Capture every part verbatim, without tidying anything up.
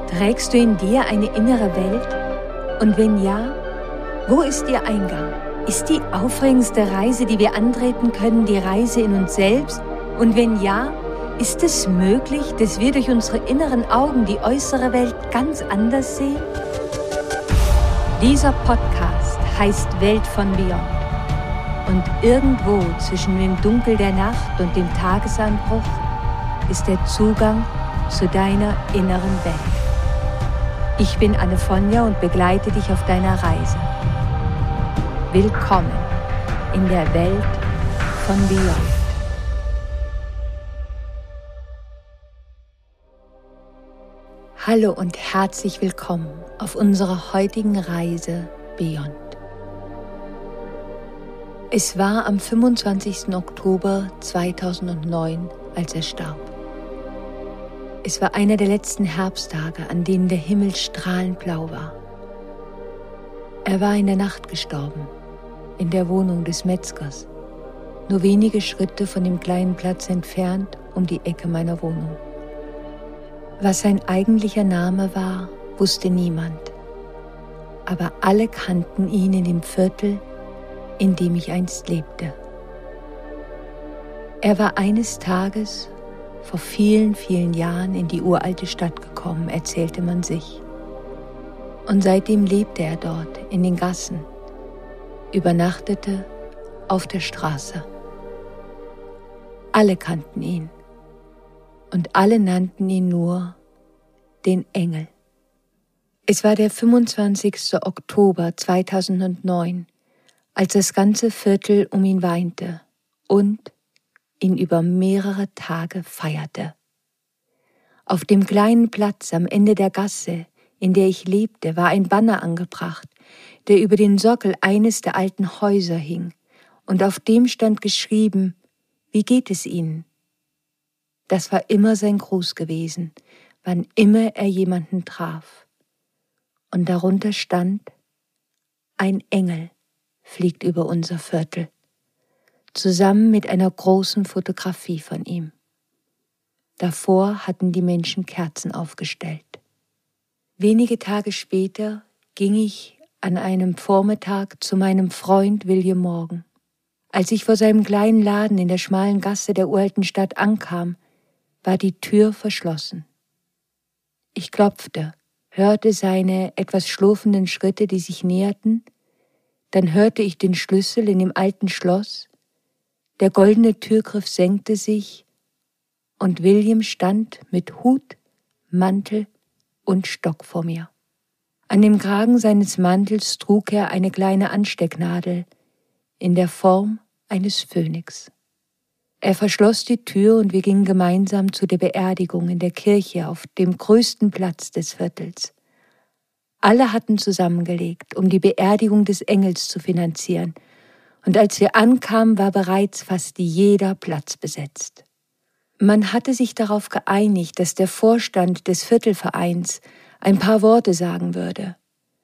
Trägst du in dir eine innere Welt? Und wenn ja, wo ist ihr Eingang? Ist die aufregendste Reise, die wir antreten können, die Reise in uns selbst? Und wenn ja, ist es möglich, dass wir durch unsere inneren Augen die äußere Welt ganz anders sehen? Dieser Podcast heißt Welt von Beyond. Und irgendwo zwischen dem Dunkel der Nacht und dem Tagesanbruch ist der Zugang zu deiner inneren Welt. Ich bin Anne-Fonja und begleite dich auf deiner Reise. Willkommen in der Welt von Beyond. Hallo und herzlich willkommen auf unserer heutigen Reise Beyond. Es war am fünfundzwanzigsten Oktober zweitausendneun, als er starb. Es war einer der letzten Herbsttage, an denen der Himmel strahlend blau war. Er war in der Nacht gestorben, in der Wohnung des Metzgers, nur wenige Schritte von dem kleinen Platz entfernt um die Ecke meiner Wohnung. Was sein eigentlicher Name war, wusste niemand, aber alle kannten ihn in dem Viertel, in dem ich einst lebte. Er war eines Tages vor vielen, vielen Jahren in die uralte Stadt gekommen, erzählte man sich. Und seitdem lebte er dort, in den Gassen, übernachtete auf der Straße. Alle kannten ihn und alle nannten ihn nur den Engel. Es war der fünfundzwanzigste Oktober zweitausendneun, als das ganze Viertel um ihn weinte und ihn über mehrere Tage feierte. Auf dem kleinen Platz am Ende der Gasse, in der ich lebte, war ein Banner angebracht, der über den Sockel eines der alten Häuser hing, und auf dem stand geschrieben: Wie geht es Ihnen? Das war immer sein Gruß gewesen, wann immer er jemanden traf. Und darunter stand: Ein Engel fliegt über unser Viertel, zusammen mit einer großen Fotografie von ihm. Davor hatten die Menschen Kerzen aufgestellt. Wenige Tage später ging ich an einem Vormittag zu meinem Freund William Morgan. Als ich vor seinem kleinen Laden in der schmalen Gasse der uralten Stadt ankam, war die Tür verschlossen. Ich klopfte, hörte seine etwas schlurfenden Schritte, die sich näherten, dann hörte ich den Schlüssel in dem alten Schloss. Der goldene Türgriff senkte sich und William stand mit Hut, Mantel und Stock vor mir. An dem Kragen seines Mantels trug er eine kleine Anstecknadel in der Form eines Phönix. Er verschloss die Tür und wir gingen gemeinsam zu der Beerdigung in der Kirche auf dem größten Platz des Viertels. Alle hatten zusammengelegt, um die Beerdigung des Engels zu finanzieren. Und als wir ankamen, war bereits fast jeder Platz besetzt. Man hatte sich darauf geeinigt, dass der Vorstand des Viertelvereins ein paar Worte sagen würde.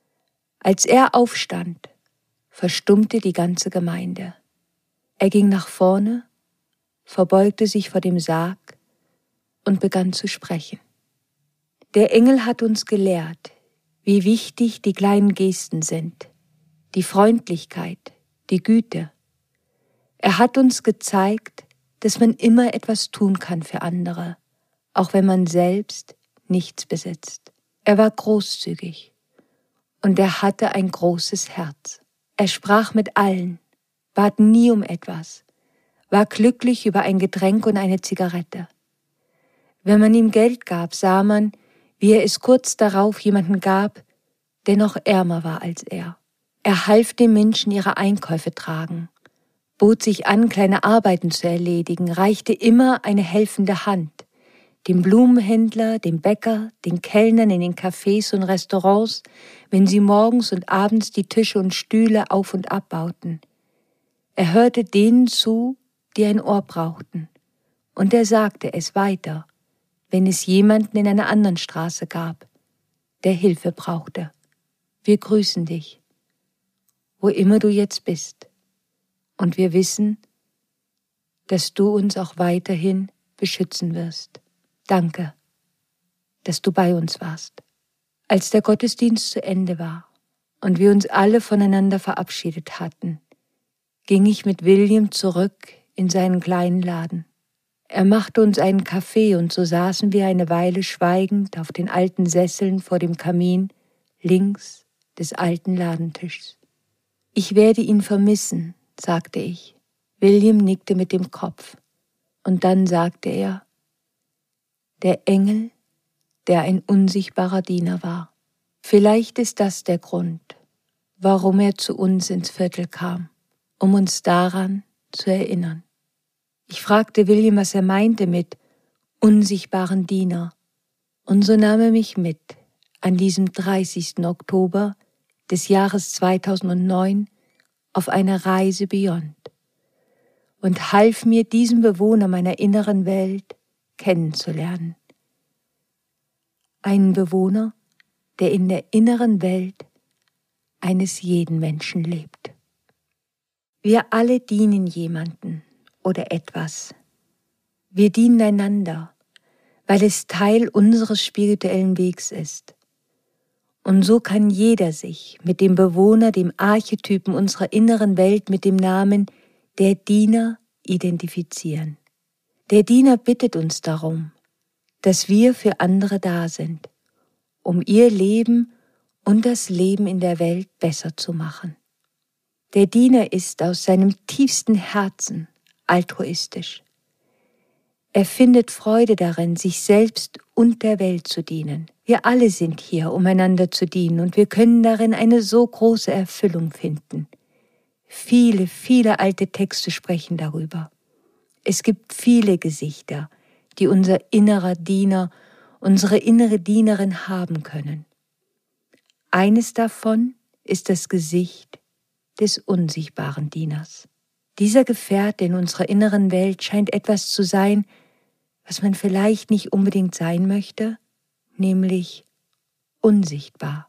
Als er aufstand, verstummte die ganze Gemeinde. Er ging nach vorne, verbeugte sich vor dem Sarg und begann zu sprechen. Der Engel hat uns gelehrt, wie wichtig die kleinen Gesten sind, die Freundlichkeit, die Güte. Er hat uns gezeigt, dass man immer etwas tun kann für andere, auch wenn man selbst nichts besitzt. Er war großzügig und er hatte ein großes Herz. Er sprach mit allen, bat nie um etwas, war glücklich über ein Getränk und eine Zigarette. Wenn man ihm Geld gab, sah man, wie er es kurz darauf jemanden gab, der noch ärmer war als er. Er half den Menschen ihre Einkäufe tragen, bot sich an, kleine Arbeiten zu erledigen, reichte immer eine helfende Hand, dem Blumenhändler, dem Bäcker, den Kellnern in den Cafés und Restaurants, wenn sie morgens und abends die Tische und Stühle auf und abbauten. Er hörte denen zu, die ein Ohr brauchten, und er sagte es weiter, wenn es jemanden in einer anderen Straße gab, der Hilfe brauchte. Wir grüßen dich, wo immer du jetzt bist. Und wir wissen, dass du uns auch weiterhin beschützen wirst. Danke, dass du bei uns warst. Als der Gottesdienst zu Ende war und wir uns alle voneinander verabschiedet hatten, ging ich mit William zurück in seinen kleinen Laden. Er machte uns einen Kaffee und so saßen wir eine Weile schweigend auf den alten Sesseln vor dem Kamin links des alten Ladentischs. »Ich werde ihn vermissen«, sagte ich. William nickte mit dem Kopf. Und dann sagte er, »Der Engel, der ein unsichtbarer Diener war. Vielleicht ist das der Grund, warum er zu uns ins Viertel kam, um uns daran zu erinnern.« Ich fragte William, was er meinte mit unsichtbaren Diener, und so nahm er mich mit an diesem dreißigsten Oktober des Jahres zweitausendneun auf eine Reise beyond und half mir, diesen Bewohner meiner inneren Welt kennenzulernen. Einen Bewohner, der in der inneren Welt eines jeden Menschen lebt. Wir alle dienen jemanden oder etwas. Wir dienen einander, weil es Teil unseres spirituellen Wegs ist. Und so kann jeder sich mit dem Bewohner, dem Archetypen unserer inneren Welt mit dem Namen der Diener identifizieren. Der Diener bittet uns darum, dass wir für andere da sind, um ihr Leben und das Leben in der Welt besser zu machen. Der Diener ist aus seinem tiefsten Herzen altruistisch. Er findet Freude darin, sich selbst und der Welt zu dienen. Wir alle sind hier, um einander zu dienen, und wir können darin eine so große Erfüllung finden. Viele, viele alte Texte sprechen darüber. Es gibt viele Gesichter, die unser innerer Diener, unsere innere Dienerin haben können. Eines davon ist das Gesicht des unsichtbaren Dieners. Dieser Gefährte in unserer inneren Welt scheint etwas zu sein, was man vielleicht nicht unbedingt sein möchte, nämlich unsichtbar.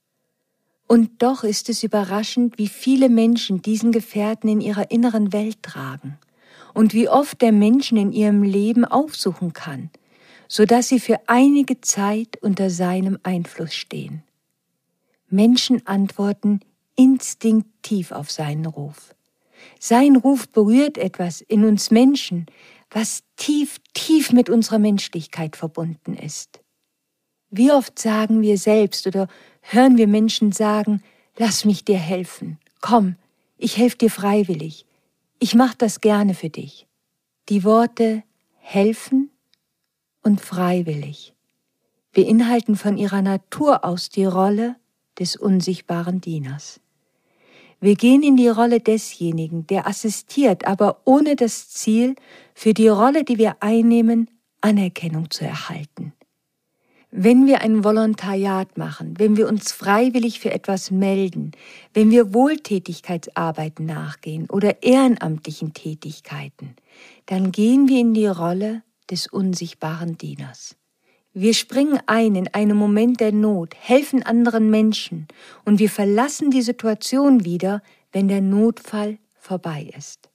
Und doch ist es überraschend, wie viele Menschen diesen Gefährten in ihrer inneren Welt tragen und wie oft der Menschen in ihrem Leben aufsuchen kann, sodass sie für einige Zeit unter seinem Einfluss stehen. Menschen antworten instinktiv auf seinen Ruf. Sein Ruf berührt etwas in uns Menschen, was tief, tief mit unserer Menschlichkeit verbunden ist. Wie oft sagen wir selbst oder hören wir Menschen sagen, lass mich dir helfen, komm, ich helfe dir freiwillig, ich mache das gerne für dich. Die Worte helfen und freiwillig beinhalten von ihrer Natur aus die Rolle des unsichtbaren Dieners. Wir gehen in die Rolle desjenigen, der assistiert, aber ohne das Ziel, für die Rolle, die wir einnehmen, Anerkennung zu erhalten. Wenn wir ein Volontariat machen, wenn wir uns freiwillig für etwas melden, wenn wir Wohltätigkeitsarbeiten nachgehen oder ehrenamtlichen Tätigkeiten, dann gehen wir in die Rolle des unsichtbaren Dieners. Wir springen ein in einen Moment der Not, helfen anderen Menschen und wir verlassen die Situation wieder, wenn der Notfall vorbei ist.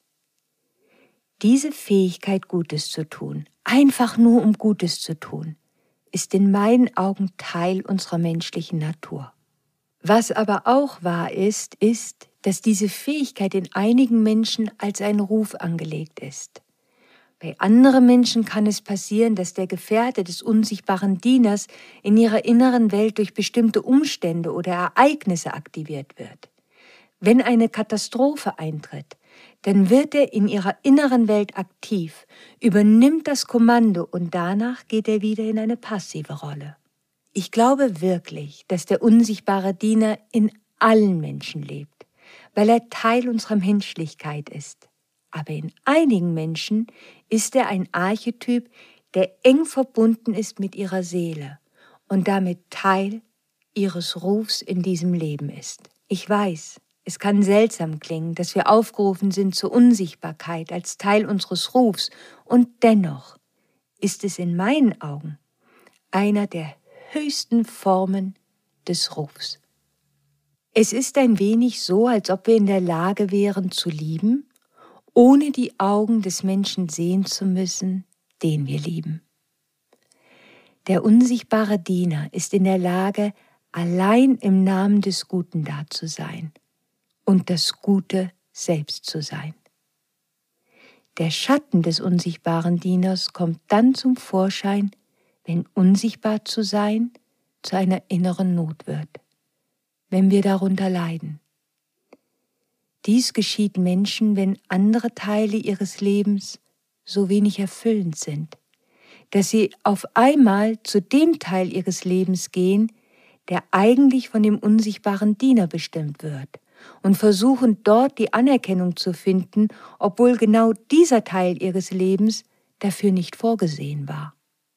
Diese Fähigkeit, Gutes zu tun, einfach nur um Gutes zu tun, ist in meinen Augen Teil unserer menschlichen Natur. Was aber auch wahr ist, ist, dass diese Fähigkeit in einigen Menschen als ein Ruf angelegt ist. Bei anderen Menschen kann es passieren, dass der Gefährte des unsichtbaren Dieners in ihrer inneren Welt durch bestimmte Umstände oder Ereignisse aktiviert wird. Wenn eine Katastrophe eintritt, dann wird er in ihrer inneren Welt aktiv, übernimmt das Kommando und danach geht er wieder in eine passive Rolle. Ich glaube wirklich, dass der unsichtbare Diener in allen Menschen lebt, weil er Teil unserer Menschlichkeit ist. Aber in einigen Menschen ist er ein Archetyp, der eng verbunden ist mit ihrer Seele und damit Teil ihres Rufs in diesem Leben ist. Ich weiß, es kann seltsam klingen, dass wir aufgerufen sind zur Unsichtbarkeit als Teil unseres Rufs, und dennoch ist es in meinen Augen einer der höchsten Formen des Rufs. Es ist ein wenig so, als ob wir in der Lage wären zu lieben, ohne die Augen des Menschen sehen zu müssen, den wir lieben. Der unsichtbare Diener ist in der Lage, allein im Namen des Guten da zu sein und das Gute selbst zu sein. Der Schatten des unsichtbaren Dieners kommt dann zum Vorschein, wenn unsichtbar zu sein zu einer inneren Not wird, wenn wir darunter leiden. Dies geschieht Menschen, wenn andere Teile ihres Lebens so wenig erfüllend sind, dass sie auf einmal zu dem Teil ihres Lebens gehen, der eigentlich von dem unsichtbaren Diener bestimmt wird, und versuchen dort die Anerkennung zu finden, obwohl genau dieser Teil ihres Lebens dafür nicht vorgesehen war.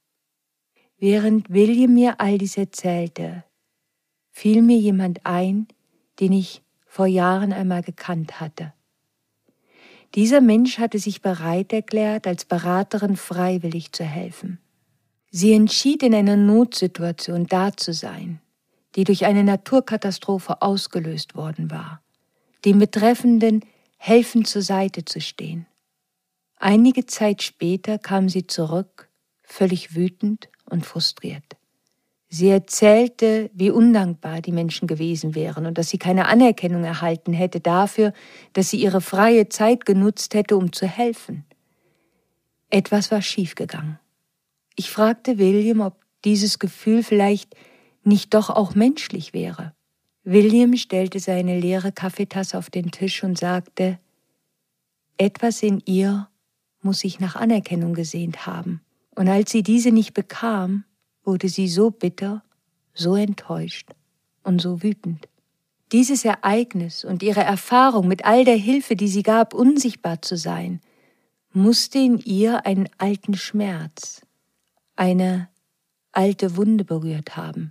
Während William mir all dies erzählte, fiel mir jemand ein, den ich vor Jahren einmal gekannt hatte. Dieser Mensch hatte sich bereit erklärt, als Beraterin freiwillig zu helfen. Sie entschied, in einer Notsituation da zu sein, die durch eine Naturkatastrophe ausgelöst worden war, dem Betreffenden helfend zur Seite zu stehen. Einige Zeit später kam sie zurück, völlig wütend und frustriert. Sie erzählte, wie undankbar die Menschen gewesen wären und dass sie keine Anerkennung erhalten hätte dafür, dass sie ihre freie Zeit genutzt hätte, um zu helfen. Etwas war schiefgegangen. Ich fragte William, ob dieses Gefühl vielleicht nicht doch auch menschlich wäre. William stellte seine leere Kaffeetasse auf den Tisch und sagte, etwas in ihr muss sich nach Anerkennung gesehnt haben. Und als sie diese nicht bekam, wurde sie so bitter, so enttäuscht und so wütend. Dieses Ereignis und ihre Erfahrung mit all der Hilfe, die sie gab, unsichtbar zu sein, musste in ihr einen alten Schmerz, eine alte Wunde berührt haben.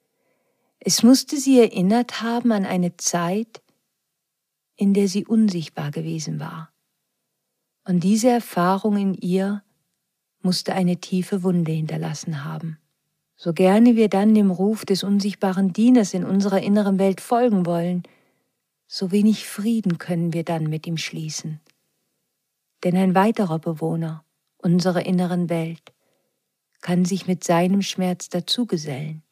Es musste sie erinnert haben an eine Zeit, in der sie unsichtbar gewesen war. Und diese Erfahrung in ihr musste eine tiefe Wunde hinterlassen haben. So gerne wir dann dem Ruf des unsichtbaren Dieners in unserer inneren Welt folgen wollen, so wenig Frieden können wir dann mit ihm schließen. Denn ein weiterer Bewohner unserer inneren Welt kann sich mit seinem Schmerz dazugesellen.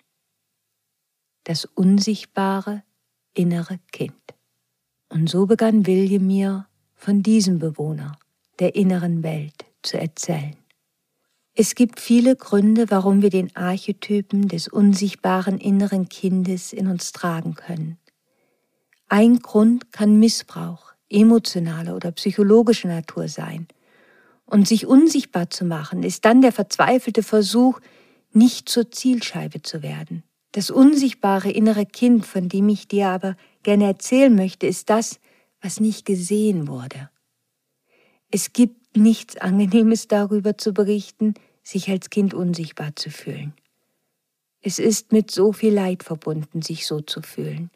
Das unsichtbare innere Kind. Und so begann William mir von diesem Bewohner der inneren Welt zu erzählen. Es gibt viele Gründe, warum wir den Archetypen des unsichtbaren inneren Kindes in uns tragen können. Ein Grund kann Missbrauch, emotionaler oder psychologischer Natur sein. Und sich unsichtbar zu machen, ist dann der verzweifelte Versuch, nicht zur Zielscheibe zu werden. Das unsichtbare innere Kind, von dem ich dir aber gerne erzählen möchte, ist das, was nicht gesehen wurde. Es gibt nichts Angenehmes darüber zu berichten, sich als Kind unsichtbar zu fühlen. Es ist mit so viel Leid verbunden, sich so zu fühlen.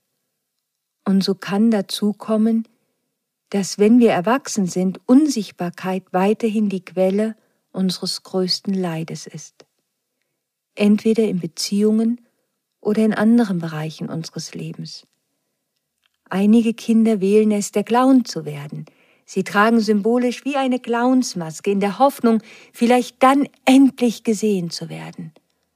Und so kann dazu kommen, dass, wenn wir erwachsen sind, Unsichtbarkeit weiterhin die Quelle unseres größten Leides ist. Entweder in Beziehungen oder in anderen Bereichen unseres Lebens. Einige Kinder wählen es, der Clown zu werden. Sie tragen symbolisch wie eine Clownsmaske in der Hoffnung, vielleicht dann endlich gesehen zu werden.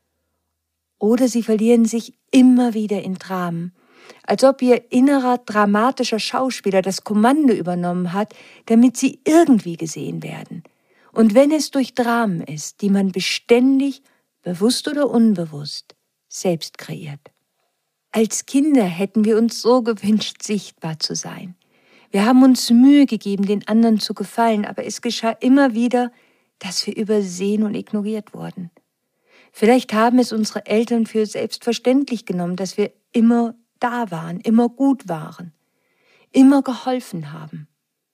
Oder sie verlieren sich immer wieder in Dramen, als ob ihr innerer dramatischer Schauspieler das Kommando übernommen hat, damit sie irgendwie gesehen werden. Und wenn es durch Dramen ist, die man beständig, bewusst oder unbewusst, selbst kreiert. Als Kinder hätten wir uns so gewünscht, sichtbar zu sein. Wir haben uns Mühe gegeben, den anderen zu gefallen, aber es geschah immer wieder, dass wir übersehen und ignoriert wurden. Vielleicht haben es unsere Eltern für selbstverständlich genommen, dass wir immer da waren, immer gut waren, immer geholfen haben.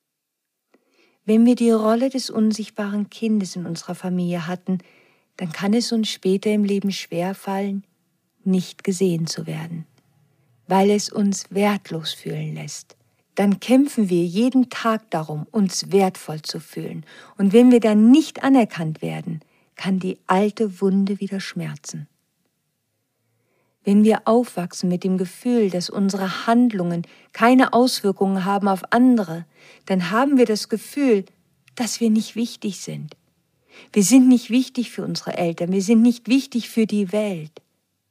Wenn wir die Rolle des unsichtbaren Kindes in unserer Familie hatten, dann kann es uns später im Leben schwerfallen, nicht gesehen zu werden, weil es uns wertlos fühlen lässt. Dann kämpfen wir jeden Tag darum, uns wertvoll zu fühlen. Und wenn wir dann nicht anerkannt werden, kann die alte Wunde wieder schmerzen. Wenn wir aufwachsen mit dem Gefühl, dass unsere Handlungen keine Auswirkungen haben auf andere, dann haben wir das Gefühl, dass wir nicht wichtig sind. Wir sind nicht wichtig für unsere Eltern, wir sind nicht wichtig für die Welt.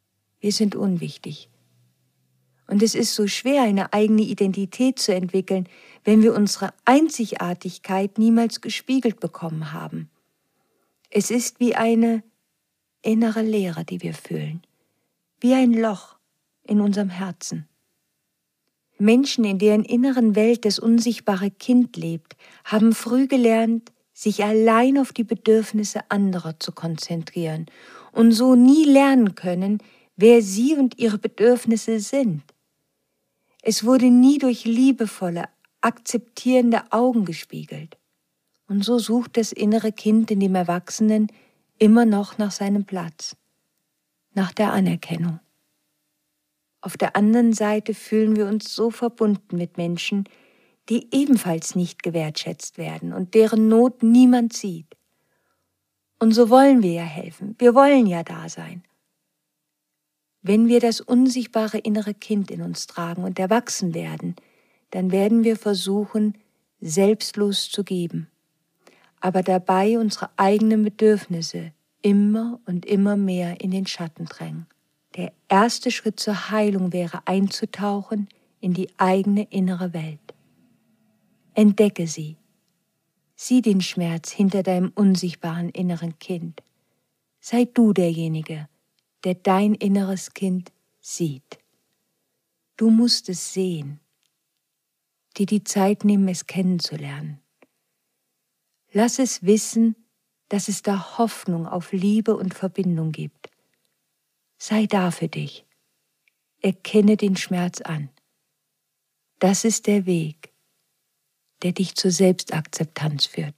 Wir sind unwichtig. Und es ist so schwer, eine eigene Identität zu entwickeln, wenn wir unsere Einzigartigkeit niemals gespiegelt bekommen haben. Es ist wie eine innere Leere, die wir fühlen, wie ein Loch in unserem Herzen. Menschen, in deren inneren Welt das unsichtbare Kind lebt, haben früh gelernt, sich allein auf die Bedürfnisse anderer zu konzentrieren und so nie lernen können, wer sie und ihre Bedürfnisse sind. Es wurde nie durch liebevolle, akzeptierende Augen gespiegelt. Und so sucht das innere Kind in dem Erwachsenen immer noch nach seinem Platz, nach der Anerkennung. Auf der anderen Seite fühlen wir uns so verbunden mit Menschen, die ebenfalls nicht gewertschätzt werden und deren Not niemand sieht. Und so wollen wir ja helfen, wir wollen ja da sein. Wenn wir das unsichtbare innere Kind in uns tragen und erwachsen werden, dann werden wir versuchen, selbstlos zu geben, aber dabei unsere eigenen Bedürfnisse immer und immer mehr in den Schatten drängen. Der erste Schritt zur Heilung wäre, einzutauchen in die eigene innere Welt. Entdecke sie. Sieh den Schmerz hinter deinem unsichtbaren inneren Kind. Sei du derjenige, der dein inneres Kind sieht. Du musst es sehen, dir die Zeit nehmen, es kennenzulernen. Lass es wissen, dass es da Hoffnung auf Liebe und Verbindung gibt. Sei da für dich. Erkenne den Schmerz an. Das ist der Weg, der dich zur Selbstakzeptanz führt.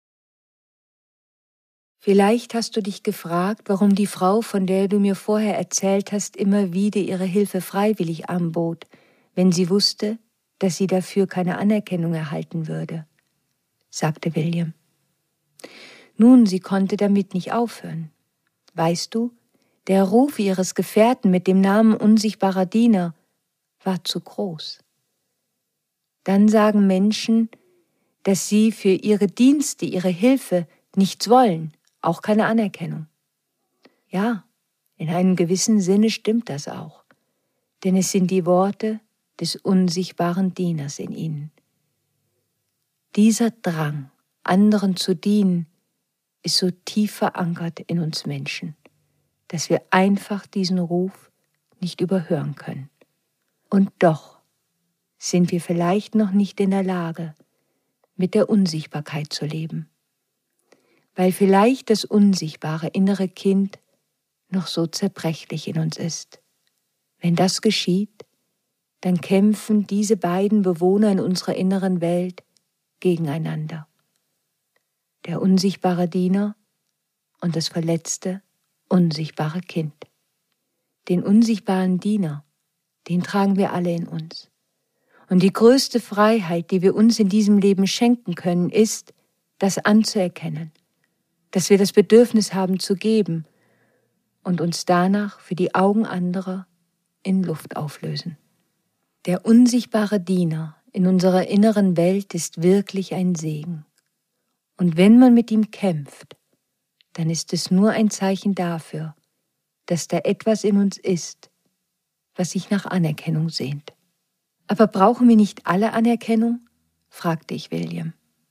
Vielleicht hast du dich gefragt, warum die Frau, von der du mir vorher erzählt hast, immer wieder ihre Hilfe freiwillig anbot, wenn sie wusste, dass sie dafür keine Anerkennung erhalten würde, sagte William. Nun, sie konnte damit nicht aufhören. Weißt du, der Ruf ihres Gefährten mit dem Namen unsichtbarer Diener war zu groß. Dann sagen Menschen, dass sie für ihre Dienste, ihre Hilfe nichts wollen, auch keine Anerkennung. Ja, in einem gewissen Sinne stimmt das auch, denn es sind die Worte des unsichtbaren Dieners in ihnen. Dieser Drang, anderen zu dienen, ist so tief verankert in uns Menschen, dass wir einfach diesen Ruf nicht überhören können. Und doch sind wir vielleicht noch nicht in der Lage, mit der Unsichtbarkeit zu leben, weil vielleicht das unsichtbare innere Kind noch so zerbrechlich in uns ist. Wenn das geschieht, dann kämpfen diese beiden Bewohner in unserer inneren Welt gegeneinander. Der unsichtbare Diener und das verletzte, unsichtbare Kind. Den unsichtbaren Diener, den tragen wir alle in uns. Und die größte Freiheit, die wir uns in diesem Leben schenken können, ist, das anzuerkennen, dass wir das Bedürfnis haben zu geben und uns danach für die Augen anderer in Luft auflösen. Der unsichtbare Diener in unserer inneren Welt ist wirklich ein Segen. Und wenn man mit ihm kämpft, dann ist es nur ein Zeichen dafür, dass da etwas in uns ist, was sich nach Anerkennung sehnt. Aber brauchen wir nicht alle Anerkennung? Fragte ich William.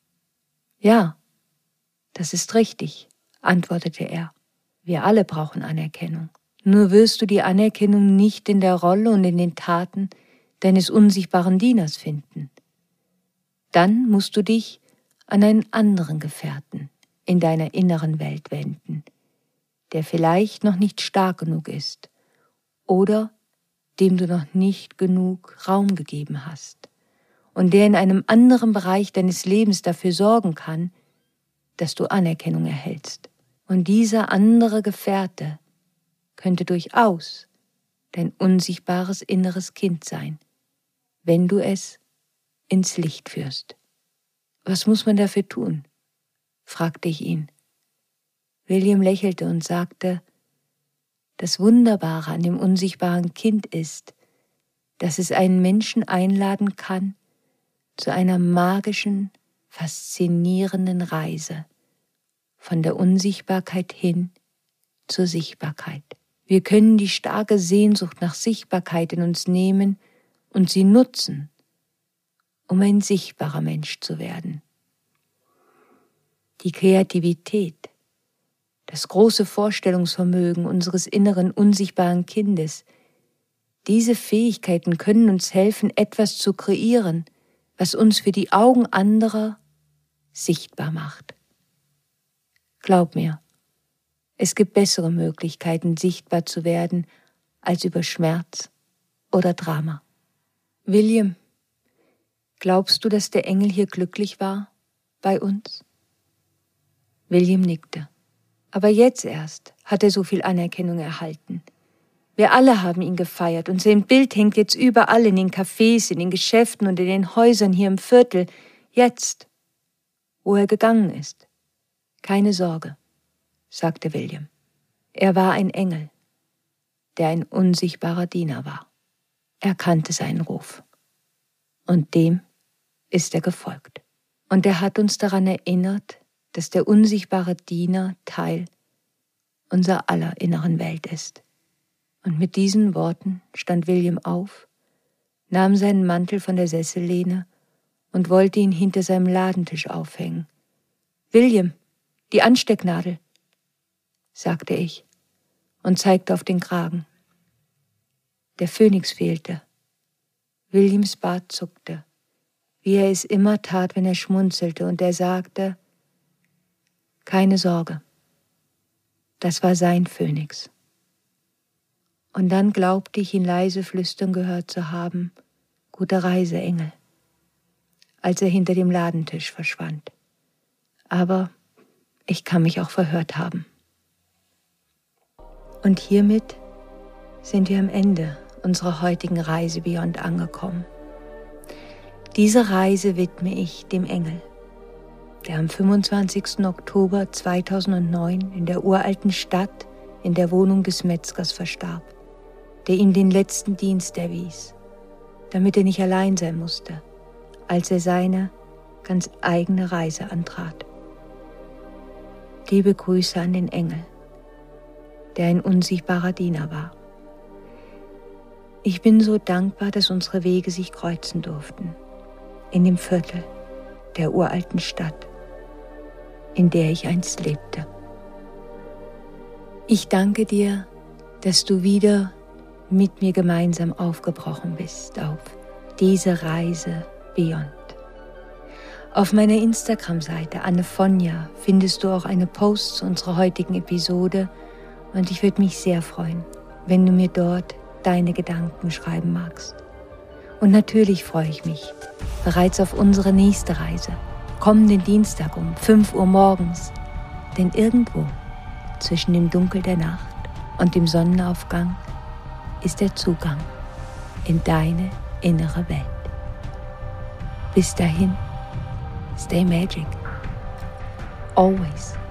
Ja, das ist richtig, antwortete er. Wir alle brauchen Anerkennung. Nur wirst du die Anerkennung nicht in der Rolle und in den Taten deines unsichtbaren Dieners finden. Dann musst du dich an einen anderen Gefährten in deiner inneren Welt wenden, der vielleicht noch nicht stark genug ist oder dem du noch nicht genug Raum gegeben hast und der in einem anderen Bereich deines Lebens dafür sorgen kann, dass du Anerkennung erhältst. Und dieser andere Gefährte könnte durchaus dein unsichtbares inneres Kind sein, wenn du es ins Licht führst. Was muss man dafür tun? Fragte ich ihn. William lächelte und sagte, das Wunderbare an dem unsichtbaren Kind ist, dass es einen Menschen einladen kann zu einer magischen, faszinierenden Reise von der Unsichtbarkeit hin zur Sichtbarkeit. Wir können die starke Sehnsucht nach Sichtbarkeit in uns nehmen und sie nutzen, um ein sichtbarer Mensch zu werden. Die Kreativität, das große Vorstellungsvermögen unseres inneren unsichtbaren Kindes, diese Fähigkeiten können uns helfen, etwas zu kreieren, was uns für die Augen anderer sichtbar macht. Glaub mir, es gibt bessere Möglichkeiten, sichtbar zu werden, als über Schmerz oder Drama. William, glaubst du, dass der Engel hier glücklich war bei uns? William nickte. Aber jetzt erst hat er so viel Anerkennung erhalten. Wir alle haben ihn gefeiert und sein Bild hängt jetzt überall in den Cafés, in den Geschäften und in den Häusern hier im Viertel. Jetzt, wo er gegangen ist. Keine Sorge, sagte William. Er war ein Engel, der ein unsichtbarer Diener war. Er kannte seinen Ruf. Und dem ist er gefolgt. Und er hat uns daran erinnert, dass der unsichtbare Diener Teil unserer aller inneren Welt ist. Und mit diesen Worten stand William auf, nahm seinen Mantel von der Sessellehne und wollte ihn hinter seinem Ladentisch aufhängen. »William, die Anstecknadel«, sagte ich und zeigte auf den Kragen. Der Phönix fehlte. Williams Bart zuckte, wie er es immer tat, wenn er schmunzelte, und er sagte, »Keine Sorge, das war sein Phönix.« Und dann glaubte ich, ihn leise flüstern gehört zu haben, »Gute Reise, Engel«, als er hinter dem Ladentisch verschwand. Aber ich kann mich auch verhört haben. Und hiermit sind wir am Ende unserer heutigen Reise Beyond angekommen. Diese Reise widme ich dem Engel, der am fünfundzwanzigsten Oktober zweitausendneun in der uralten Stadt in der Wohnung des Metzgers verstarb, der ihm den letzten Dienst erwies, damit er nicht allein sein musste, als er seine ganz eigene Reise antrat. Liebe Grüße an den Engel, der ein unsichtbarer Diener war. Ich bin so dankbar, dass unsere Wege sich kreuzen durften, in dem Viertel der uralten Stadt, in der ich einst lebte. Ich danke dir, dass du wieder mit mir gemeinsam aufgebrochen bist auf diese Reise Beyond. Auf meiner Instagram-Seite Annefonja findest du auch eine Post zu unserer heutigen Episode und ich würde mich sehr freuen, wenn du mir dort deine Gedanken schreiben magst. Und natürlich freue ich mich bereits auf unsere nächste Reise, kommenden Dienstag um fünf Uhr morgens, denn irgendwo zwischen dem Dunkel der Nacht und dem Sonnenaufgang ist der Zugang in deine innere Welt. Bis dahin, stay magic, always.